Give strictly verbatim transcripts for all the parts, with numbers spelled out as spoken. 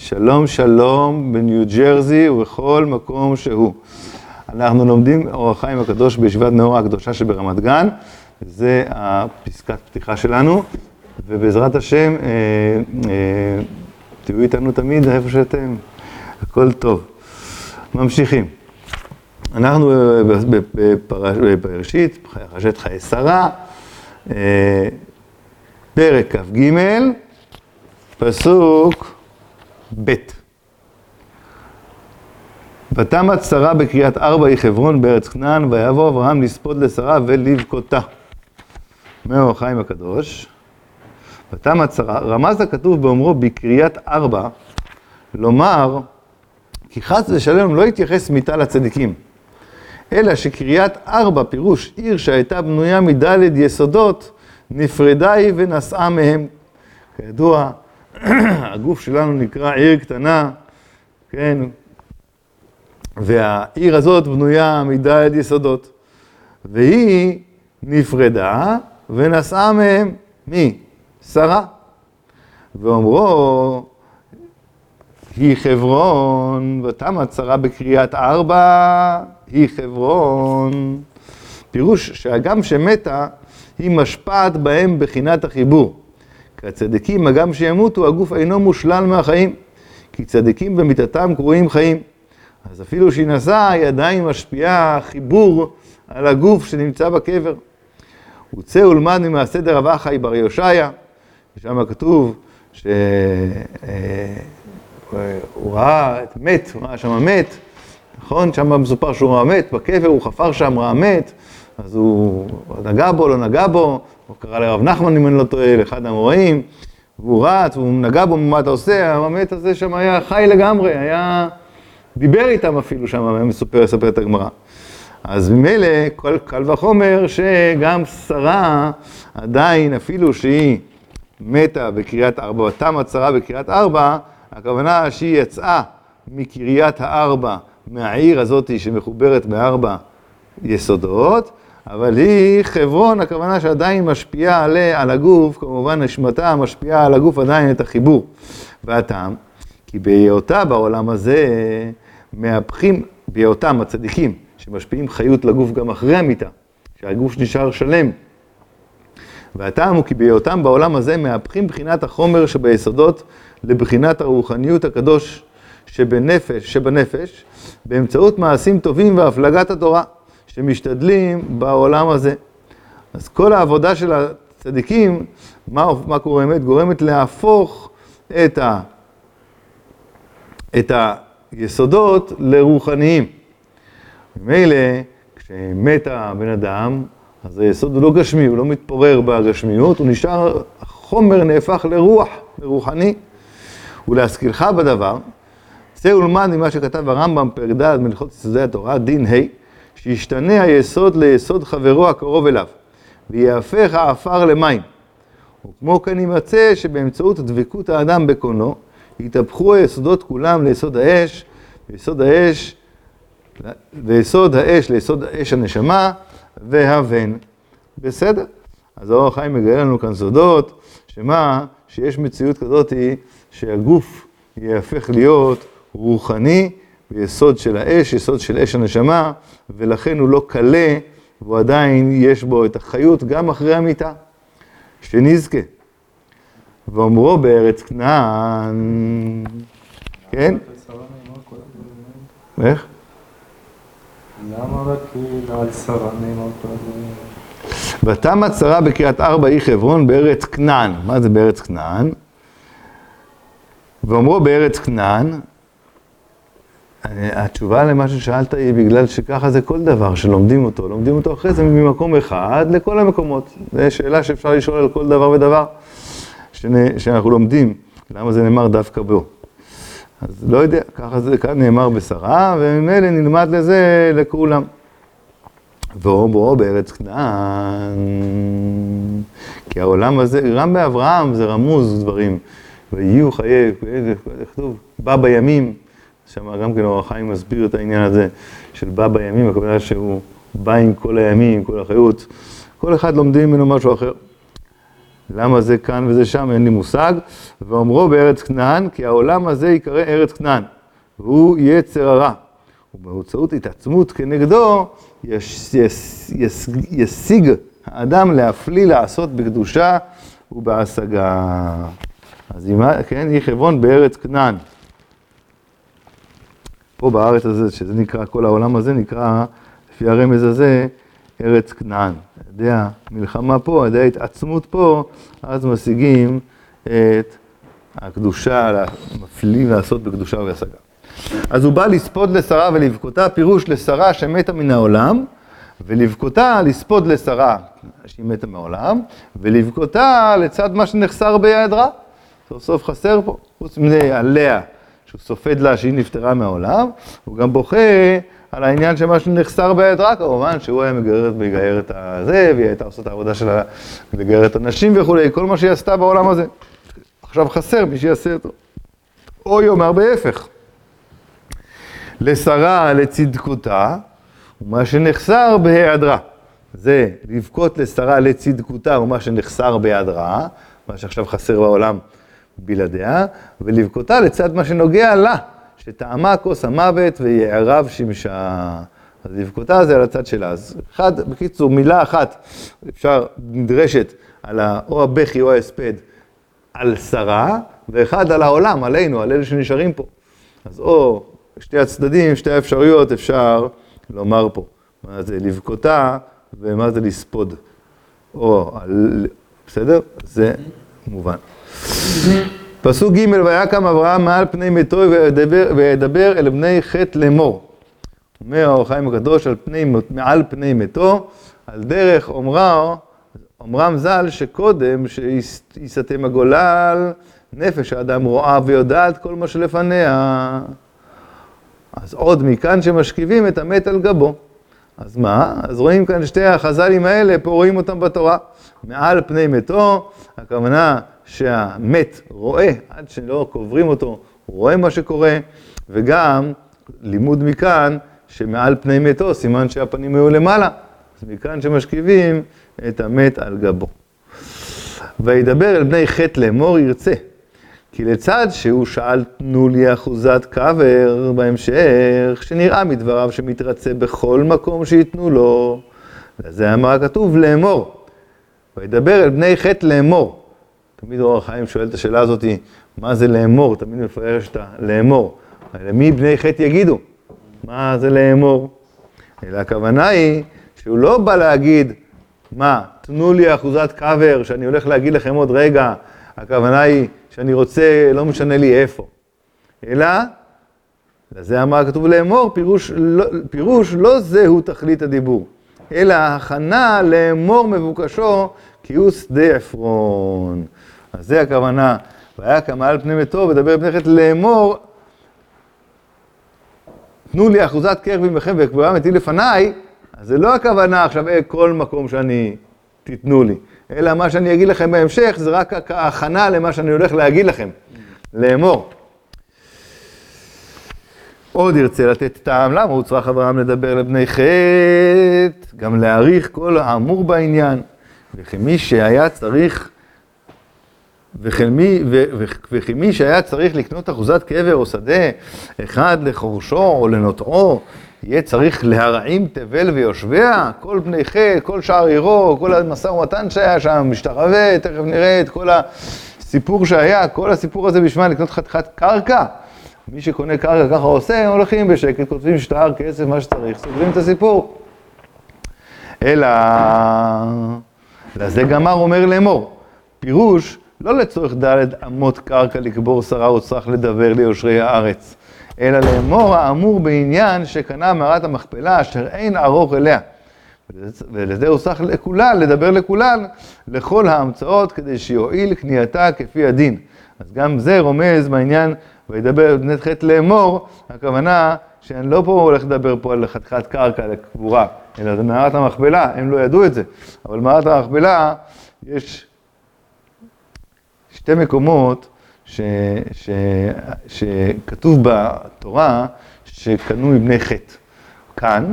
שלום שלום בניו ג'רזי ובכל מקום שהוא. אנחנו לומדים אור החיים הקדוש בישיבת נאורה הקדושה שברמת גן, זה הפסקת פתיחה שלנו, ובעזרת השם אה, אה, תהיו איתנו תמיד איפה שאתם, הכל טוב. ממשיכים. אנחנו בפרשית, פרשת חיי שרה, אה, פרק כ"ג, פסוק ב'. ותמת שרה בקריית ארבע היא חברון בארץ כנען, ויבוא אברהם לספוד לשרה ולבכותה. מאור החיים הקדוש. ותמת שרה, רמז הכתוב באומרו בקריית ארבע, לומר כי חס ושלום לא יתייחס מיתה לצדיקים, אלא שקריית ארבע פירוש עיר שהייתה בנויה מדלת יסודות, נפרדה היא ונסעה מהם. כידוע, הגוף שלנו נקרא עיר קטנה, כן, והעיר הזאת בנויה מדלת יסודות, והיא נפרדה ונסעה מהם. מי? שרה. ואומרו, היא חברון, ותמת שרה בקריית ארבע, היא חברון. פירוש שהגם שמתה, היא משפעת בהם בחינת החיבור. כי הצדיקים, הגם שימותו, הגוף אינו מושלל מהחיים. כי צדיקים במיתתם קרויים חיים. אז אפילו שהיא נסעה, היא עדיין משפיעה חיבור על הגוף שנמצא בקבר. וצא ולמד ממעשה דרב אחי בר יושעיה, ושם כתוב שהוא ראה את מת, הוא ראה שם מת, נכון? שם מסופר שהוא ראה מת, בקבר הוא חפר שם ראה מת, אז הוא נגע בו, לא נגע בו, הוא קרא לרב נחמן אם אני לא טועה, לאחד המוראים, והוא רץ, והוא נגע בו, מה אתה עושה? המת הזה שם היה חי לגמרי, היה דיבר איתם אפילו שם, מסופר, מספר את הגמרא. אז ממילא, כל קל וחומר שגם שרה עדיין, אפילו שהיא מתה בקריית ארבע, ותמת שרה בקריית ארבע, הכוונה שהיא יצאה מקריית הארבע, מהעיר הזאת שמחוברת מארבע יסודות, אבל היא חברון, הכוונה שעדיין משפיעה עליה, על הגוף, כמובן נשמתה משפיעה על הגוף עדיין את החיבור. והטעם, כי בהיותה בעולם הזה, מהפכים, בהיותם הצדיקים, שמשפיעים חיות לגוף גם אחרי המיטה, שהגוף נשאר שלם. והטעם הוא כי בהיותם בעולם הזה מהפכים בחינת החומר שביסודות לבחינת הרוחניות הקדוש שבנפש, שבנפש, באמצעות מעשים טובים והפלגת התורה, שמשתדלים בעולם הזה. אז כל העבודה של הצדיקים, מה, מה גורמת? גורמת להפוך את, ה, את היסודות לרוחניים. ממילא, כשמת הבן אדם, אז היסוד הוא לא גשמי, הוא לא מתפורר בגשמיות, הוא נשאר, החומר נהפך לרוח, לרוחני. ולהשכילך בדבר, צא ולמד ממה שכתב הרמב"ם פרק ד' מהלכות יסודי התורה, דין ה', שישתנה היסוד ליסוד חברו הקרוב אליו, ויהפך העפר למים. וכמו כן יימצא שבאמצעות דבקות האדם בקונו, יתהפכו היסודות כולם ליסוד האש, ויסוד האש, ויסוד האש ליסוד האש הנשמה, והבן. בסדר? אז האור החיים מגלה לנו כאן סודות, שמה? שיש מציאות כזאת שהגוף יהפך להיות רוחני, ביסוד של האש, יסוד של אש הנשמה, ולכן הוא לא קלה, והוא עדיין יש בו את החיות גם אחרי המיטה. שנזכה. ואומרו בארץ כנען, כן? איך? למה רק על שרה נאמר כל הדברים? ותמת שרה בקריית ארבע היא חברון בארץ כנען. מה זה בארץ כנען? ואומרו בארץ כנען, התשובה למה ששאלת היא בגלל שככה זה כל דבר שלומדים אותו, לומדים אותו אחרי זה ממקום אחד לכל המקומות. זו שאלה שאפשר לשאול על כל דבר ודבר שאנחנו לומדים, למה זה נאמר דווקא בו. אז לא יודע, ככה זה כאן נאמר בשרה, וממילא נלמד לזה לכולם. ואומרו בארץ כנען, כי העולם הזה, גם באברהם זה רמוז דברים, ויהיו חיי, כתוב, בא בימים, שם גם כן אור החיים מסביר את העניין הזה של בא בימים, הכוונה שהוא בא עם כל הימים, עם כל החיות, כל אחד לומדים ממנו משהו אחר. למה זה כאן וזה שם, אין לי מושג. ואומרו בארץ כנען, כי העולם הזה יקרא ארץ כנען, והוא יצר הרע. ובאמצעות התעצמות כנגדו, יש, יש, יש, ישיג האדם להפליא לעשות בקדושה ובהשגה. אז כן, היא חברון בארץ כנען. פה בארץ הזה, שזה נקרא, כל העולם הזה נקרא, לפי הרמז הזה, ארץ כנען. על ידי המלחמה פה, על ידי ההתעצמות פה, אז משיגים את הקדושה, מפליאים לעשות בקדושה ובהשגה. אז הוא בא לספוד לשרה ולבכותה, פירוש לשרה שמתה מן העולם, ולבכותה לספוד לשרה שהיא מתה מהעולם, ולבכותה לצד מה שנחסר ביעדרה. סוף סוף חסר פה, חוץ מזה עליה, שהוא סופד לה שהיא נפטרה מהעולם, הוא גם בוכה על העניין שמה שנחסר ביעדרה, כמובן שהוא היה מגרר את מגרר את הזה, והיא הייתה עושה את העבודה שלה לגרר את הנשים וכולי, כל מה שהיא עשתה בעולם הזה. עכשיו חסר מי שיעשה אותו. או יאמר בהפך. לשרה לצדקותה, ומה שנחסר בהיעדרה. זה לבכות לשרה לצדקותה, ומה שנחסר בהיעדרה, מה שעכשיו חסר בעולם בלעדיה, ולבכותה לצד מה שנוגע לה, שטעמה כוס המוות ויערב שמשה. אז לבכותה זה על הצד שלה. אז אחד, בקיצור, מילה אחת, אפשר, נדרשת על או הבכי או ההספד, על שרה, ואחד על העולם, עלינו, על אלה שנשארים פה. אז או שתי הצדדים, שתי האפשרויות אפשר לומר פה. מה זה לבכותה ומה זה לספוד. או, על... בסדר? זה מובן. פסוק ג' ויקם אברהם מעל פני מתו וידבר, וידבר אל בני חטא לאמור. אומר האור החיים הקדוש על פני, מעל פני מתו, על דרך אומרה, אומרם ז"ל שקודם שיסתם הגולל, נפש האדם רואה ויודעת כל מה שלפניה. אז עוד מכאן שמשכיבים את המת על גבו. אז מה? אז רואים כאן שתי החז"לים האלה, פה רואים אותם בתורה. מעל פני מתו, הכוונה שהמת רואה, עד שלא קוברים אותו, הוא רואה מה שקורה, וגם לימוד מכאן שמעל פני מתו, סימן שהפנים היו למעלה. אז מכאן שמשכיבים את המת על גבו. וידבר אל בני חטא לאמור ירצה. כי לצד שהוא שאל תנו לי אחוזת קבר בהמשך, שנראה מדבריו שמתרצה בכל מקום שיתנו לו. וזה אמר הכתוב לאמור. וידבר אל בני חטא לאמור. תמיד אור החיים שואל את השאלה הזאת, מה זה לאמור? תמיד מפרש את לאמור. למי בני חטא יגידו? מה זה לאמור? אלא הכוונה היא שהוא לא בא להגיד, מה, תנו לי אחוזת קבר, שאני הולך להגיד לכם עוד רגע, הכוונה היא שאני רוצה, לא משנה לי איפה. אלא, לזה אמר כתוב לאמור, פירוש לא, פירוש לא זהו תכלית הדיבור, אלא הכנה לאמור מבוקשו, כי הוא שדה עפרון. אז זה הכוונה, והיה כמעל פני מתו, ודבר בני חטא לאמור, תנו לי אחוזת קרבים בכם וקבורה מתי לפניי, אז זה לא הכוונה עכשיו כל מקום שאני תיתנו לי, אלא מה שאני אגיד לכם בהמשך, זה רק ההכנה למה שאני הולך להגיד לכם, לאמור. עוד ירצה לתת טעם, למה הוא צריך אברהם לדבר לבני חטא, גם להעריך כל האמור בעניין, וכמי שהיה צריך, וכמי, ו, ו, וכמי שהיה צריך לקנות אחוזת קבר או שדה, אחד לחורשו או לנוטעו, יהיה צריך להרעים תבל ויושביה, כל בני חטא, כל שער עירו, כל המשא ומתן שהיה שם, משתחווה, תכף נראה את כל הסיפור שהיה, כל הסיפור הזה בשביל לקנות חתיכת קרקע. מי שקונה קרקע ככה עושה, הם הולכים בשקט, כותבים שטר, כסף, מה שצריך, סוגרים את הסיפור. אלא, לזה גמר אומר לאמור, פירוש, לא לצורך ד' אמות קרקע לקבור שרה או צריך לדבר ליושרי הארץ, אלא לאמור האמור בעניין שקנה מערת המכפלה אשר אין ארוך אליה. ולזה הוא צריך לכולן, לדבר לכולן, לכל ההמצאות כדי שיועיל קנייתה כפי הדין. אז גם זה רומז בעניין, וידבר בני חטא לאמור, הכוונה שאני לא פה הולך לדבר פה על חתיכת קרקע לקבורה, אלא זה מערת המכפלה, הם לא ידעו את זה. אבל מערת המכפלה יש שתי מקומות ש, ש, שכתוב בתורה שקנו מבני חטא. כאן,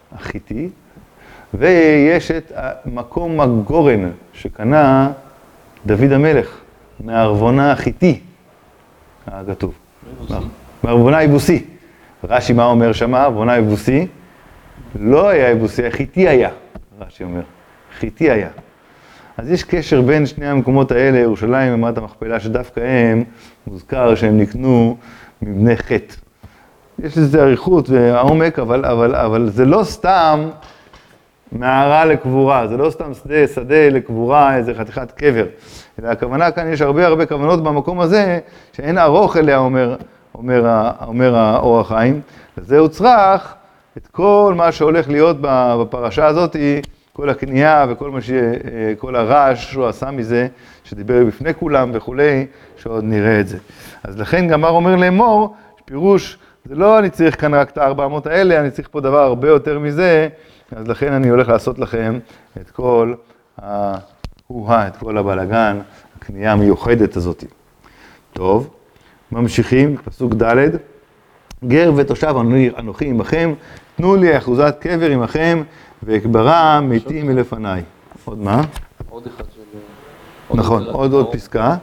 החיתי, ויש את מקום הגורן שקנה דוד המלך, מערבונה החיתי, כתוב. מערבונה היבוסי. רש"י מה אומר שמה? מערבונה היבוסי? לא היה היבוסי, החיתי היה, רש"י אומר. חיתי היה. אז יש קשר בין שני המקומות האלה, ירושלים ומערת המכפלה, שדווקא הם מוזכר שהם נקנו מבני חטא. יש לזה אריכות ועומק, אבל, אבל, אבל זה לא סתם מערה לקבורה, זה לא סתם שדה, שדה לקבורה, איזה חתיכת קבר. אלא הכוונה כאן, יש הרבה הרבה כוונות במקום הזה, שאין ארוך אליה, אומר, אומר, אומר האור החיים. וזה הוצרך את כל מה שהולך להיות בפרשה הזאת, כל הקנייה וכל מה ש... כל הרעש שהוא עשה מזה, שדיבר בפני כולם וכולי, שעוד נראה את זה. אז לכן גמר אומר לאמור, פירוש, זה לא אני צריך כאן רק את הארבע מאות האלה, אני צריך פה דבר הרבה יותר מזה, אז לכן אני הולך לעשות לכם את כל ההואה, את כל הבלגן, הקנייה המיוחדת הזאת. טוב, ממשיכים, פסוק ד' גר ותושב אנוכי עמכם, תנו לי אחוזת קבר עמכם, ואקברה מתים מלפניי. עוד מה? עוד אחד של... נכון, עוד עוד פסקה.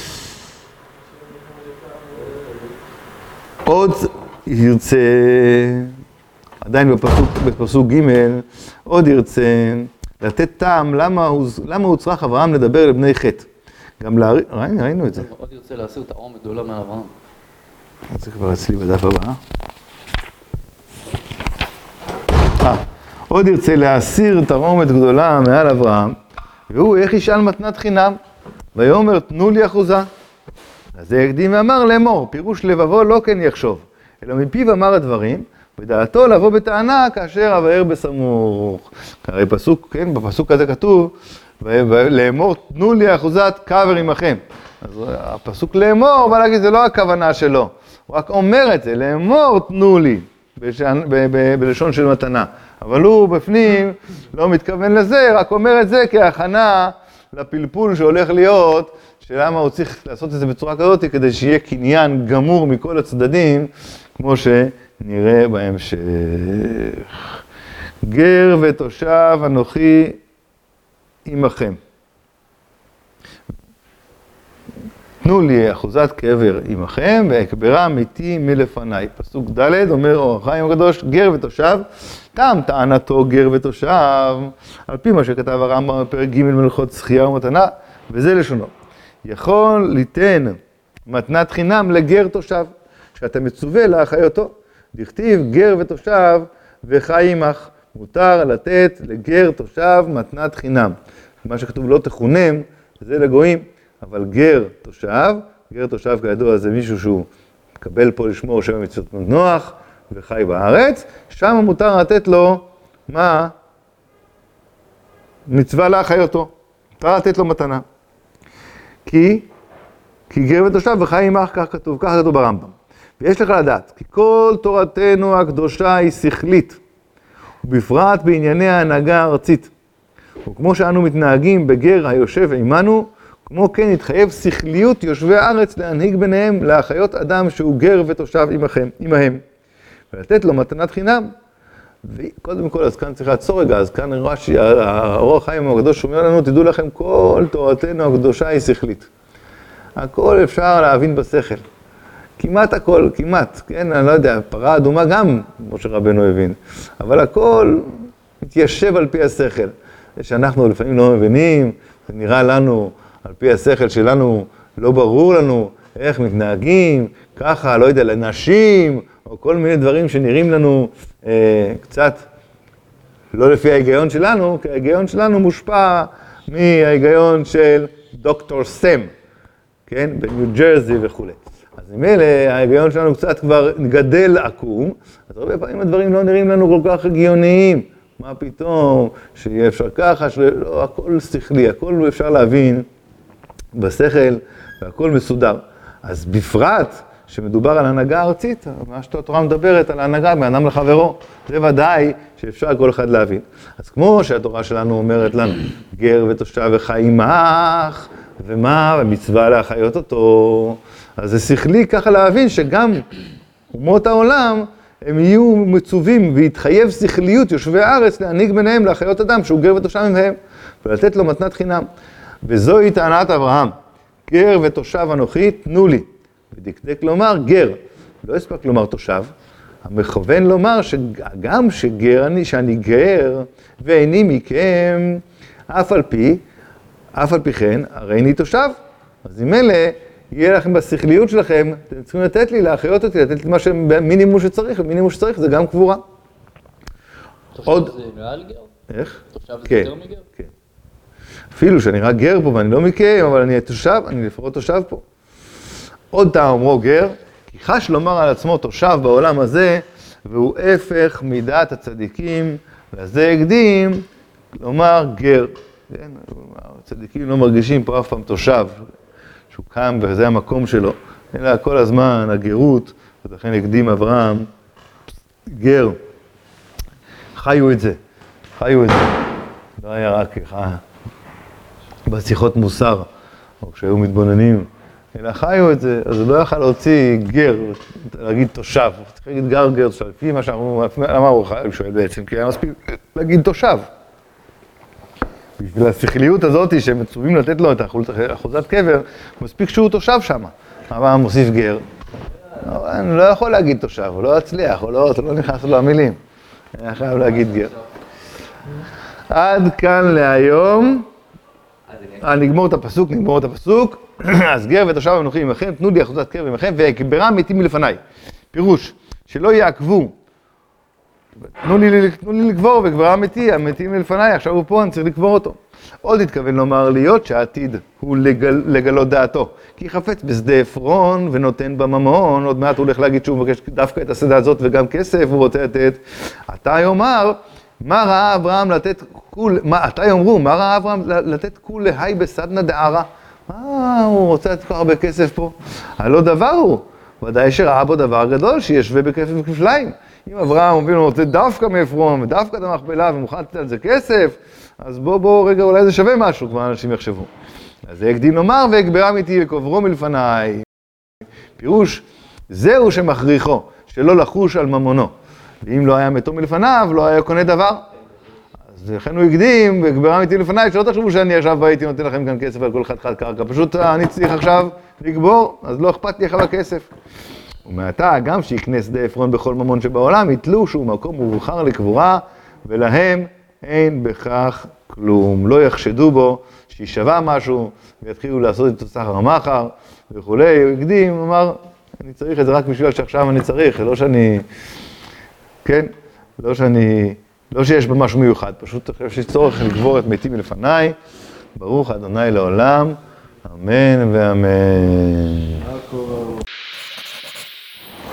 עוד ירצה, עדיין בפסוק, בפסוק ג' עוד ירצה לתת טעם למה, למה הוצרך אברהם לדבר לבני חטא. גם לה... ראינו, ראינו את זה. עוד ירצה להסיר את העומד גדולה מאברהם. זה כבר אצלי בדף הבא. אה, עוד ירצה להסיר תרעומת גדולה מעל אברהם, והוא איך ישאל מתנת חינם, ויאמר תנו לי אחוזה. אז זה יקדים ואמר לאמור, פירוש לבבו לא כן יחשוב, אלא מפיו אמר הדברים, ודעתו לבוא בטענה כאשר אבאר בסמוך. הרי פסוק, כן, בפסוק הזה כתוב, לאמור תנו לי אחוזת קבר עמכם. אז הפסוק לאמור, בא להגיד, זה לא הכוונה שלו, הוא רק אומר את זה, לאמור תנו לי, בשען, ב, ב, בלשון של מתנה. אבל הוא בפנים לא מתכוון לזה, רק אומר את זה כהכנה לפלפול שהולך להיות, שלמה הוא צריך לעשות את זה בצורה כזאת, כדי שיהיה קניין גמור מכל הצדדים, כמו שנראה בהמשך. גר ותושב אנוכי עמכם. תנו לי אחוזת קבר עמכם, ואקברה מתי מלפניי. פסוק ד' אומר אור החיים הקדוש, גר ותושב, טעם טענתו גר ותושב, על פי מה שכתב הרמב"ם בפרק ג' מלכות זכייה ומתנה, וזה לשונו. יכול ליתן מתנת חינם לגר תושב, שאתה מצווה לאחיותו. דכתיב גר ותושב וחי עמך. מותר לתת לגר תושב מתנת חינם. מה שכתוב לא תחונם, זה לגויים. אבל גר תושב, גר תושב כידוע זה מישהו שהוא מקבל פה לשמור שבע מצוות נוח וחי בארץ, שם מותר לתת לו, מה? מצווה לאחיותו, מותר לתת לו מתנה. כי, כי גר ותושב וחי עמך, כך כתוב, כך כתוב ברמב"ם. ויש לך לדעת, כי כל תורתנו הקדושה היא שכלית, ובפרט בענייני ההנהגה הארצית. וכמו שאנו מתנהגים בגר היושב עמנו, כמו כן התחייב שכליות יושבי הארץ להנהיג ביניהם לאחיות אדם שהוא גר ותושב עמכם, עמהם, ולתת לו מתנת חינם. וקודם כל, אז כאן צריך לעצור רגע, אז כאן רש"י, האור החיים הקדוש אומר לנו, תדעו לכם, כל תורתנו הקדושה היא שכלית. הכל אפשר להבין בשכל. כמעט הכל, כמעט, כן, אני לא יודע, פרה אדומה גם, כמו שרבנו הבין, אבל הכל מתיישב על פי השכל. זה שאנחנו לפעמים לא מבינים, זה נראה לנו, על פי השכל שלנו, לא ברור לנו איך מתנהגים, ככה, לא יודע, לנשים, או כל מיני דברים שנראים לנו אה, קצת לא לפי ההיגיון שלנו, כי ההיגיון שלנו מושפע מההיגיון של דוקטור סם, כן, בניו ג'רזי וכו'. אז עם אלה, ההיגיון שלנו קצת כבר גדל עקום, אז הרבה פעמים הדברים לא נראים לנו כל כך הגיוניים. מה פתאום, שיהיה אפשר ככה, שלא, הכל שכלי, הכל אפשר להבין בשכל, והכל מסודר. אז בפרט שמדובר על הנהגה ארצית, מה שהתורה מדברת על ההנהגה מאדם לחברו, זה ודאי שאפשר כל אחד להבין. אז כמו שהתורה שלנו אומרת לנו, גר ותושב וחי עמך, ומה, ומצווה להחיות אותו, אז זה שכלי ככה להבין שגם אומות העולם, הם יהיו מצווים והתחייב שכליות יושבי הארץ להנהיג ביניהם להחיות אדם שהוא גר ותושב מהם, ולתת לו מתנת חינם. וזוהי טענת אברהם, גר ותושב אנוכי תנו לי. ודקדק לומר גר, לא הספק לומר תושב, המכוון לומר שגם שגר אני, שאני גר ואיני מכם, אף על פי, אף על פי כן, הרי איני תושב. אז אם אלה, יהיה לכם בשכליות שלכם, אתם צריכים לתת לי, להחיות אותי, לתת לי מה שמינימום שצריך, ומינימום שצריך זה גם קבורה. תושב עוד... זה מעל גר? איך? תושב זה כן, יותר מגר? כן. אפילו שאני רק גר פה ואני לא מכם, אבל אני תושב, אני לפחות תושב פה. עוד טעם אומרו גר, כי חש לומר על עצמו תושב בעולם הזה, והוא הפך מידת הצדיקים, לזה הקדים, לומר גר. כן? הצדיקים לא מרגישים פה אף פעם תושב, שהוא קם וזה המקום שלו, אלא כל הזמן הגרות, ולכן הקדים אברהם, גר. חיו את זה, חיו את זה. לא היה רק ככה בשיחות מוסר, או כשהיו מתבוננים, אלא חיו את זה, אז הוא לא יכל להוציא גר, להגיד תושב, צריך להגיד גר גר תושב, לפי מה שאמרו, למה הוא שואל בעצם? כי היה מספיק להגיד תושב. בשביל השכליות הזאת שהם מצווים לתת לו את אחוזת קבר, מספיק שהוא תושב שם. אבל מוסיף גר, אני לא יכול להגיד תושב, הוא לא יצליח, הוא לא, לא נכנס לו המילים. אני חייב להגיד גר. עד כאן להיום. נגמור את הפסוק, נגמור את הפסוק. אז גר ותושב אנוכי עמכם, תנו לי אחוזת קבר עמכם, ויקברם מתים מלפניי. פירוש, שלא יעקבו. תנו לי, תנו לי לקבור, וקברם מתי, המתים מלפניי, עכשיו הוא פה, אני צריך לקבור אותו. עוד התכוון לומר להיות שהעתיד הוא לגל, לגלות דעתו. כי חפץ בשדה עפרון ונותן בממון, עוד מעט הוא הולך להגיד שהוא מבקש דווקא את השדה הזאת וגם כסף, הוא רוצה לתת. אתה יאמר, מה ראה אברהם לתת כול, מה, אתה יאמרו, מה ראה אברהם לתת כול להי בסדנא דערא? מה, הוא רוצה לתת כל הרבה כסף פה? הלא דבר הוא, ודאי שראה בו דבר גדול, שישווה בכסף וכפליים. אם אברהם מבין, הוא רוצה דווקא מעפרון ודווקא את המכפלה ומוכן לתת על זה כסף, אז בוא, בוא, רגע, אולי זה שווה משהו, כבר אנשים יחשבו. אז זה הקדים לומר, והקברם איתי לקוברו מלפניי. פירוש, זהו שמכריחו, שלא לחוש על ממונו. ואם לא היה מתו מלפניו, לא היה קונה דבר. אז לכן הוא הקדים, והקברם איתי לפניי, שלא תחשבו שאני עכשיו הייתי נותן לכם כאן כסף על כל חד חד קרקע. פשוט אני צריך עכשיו לקבור, אז לא אכפת לי איך בכסף. ומעתה, גם שיקנה שדה עפרון בכל ממון שבעולם, יתלו שהוא מקום מובחר לקבורה, ולהם אין בכך כלום. לא יחשדו בו, שישווה משהו, ויתחילו לעשות את סחר מחר, וכולי. הוא הקדים, הוא אמר, אני צריך את זה רק בשביל שעכשיו אני צריך, לא שאני, כן, לא שאני, לא שיש בה משהו מיוחד, פשוט אני חושב שיש צורך לקבור את מתים מלפניי, ברוך ה' לעולם, אמן ואמן.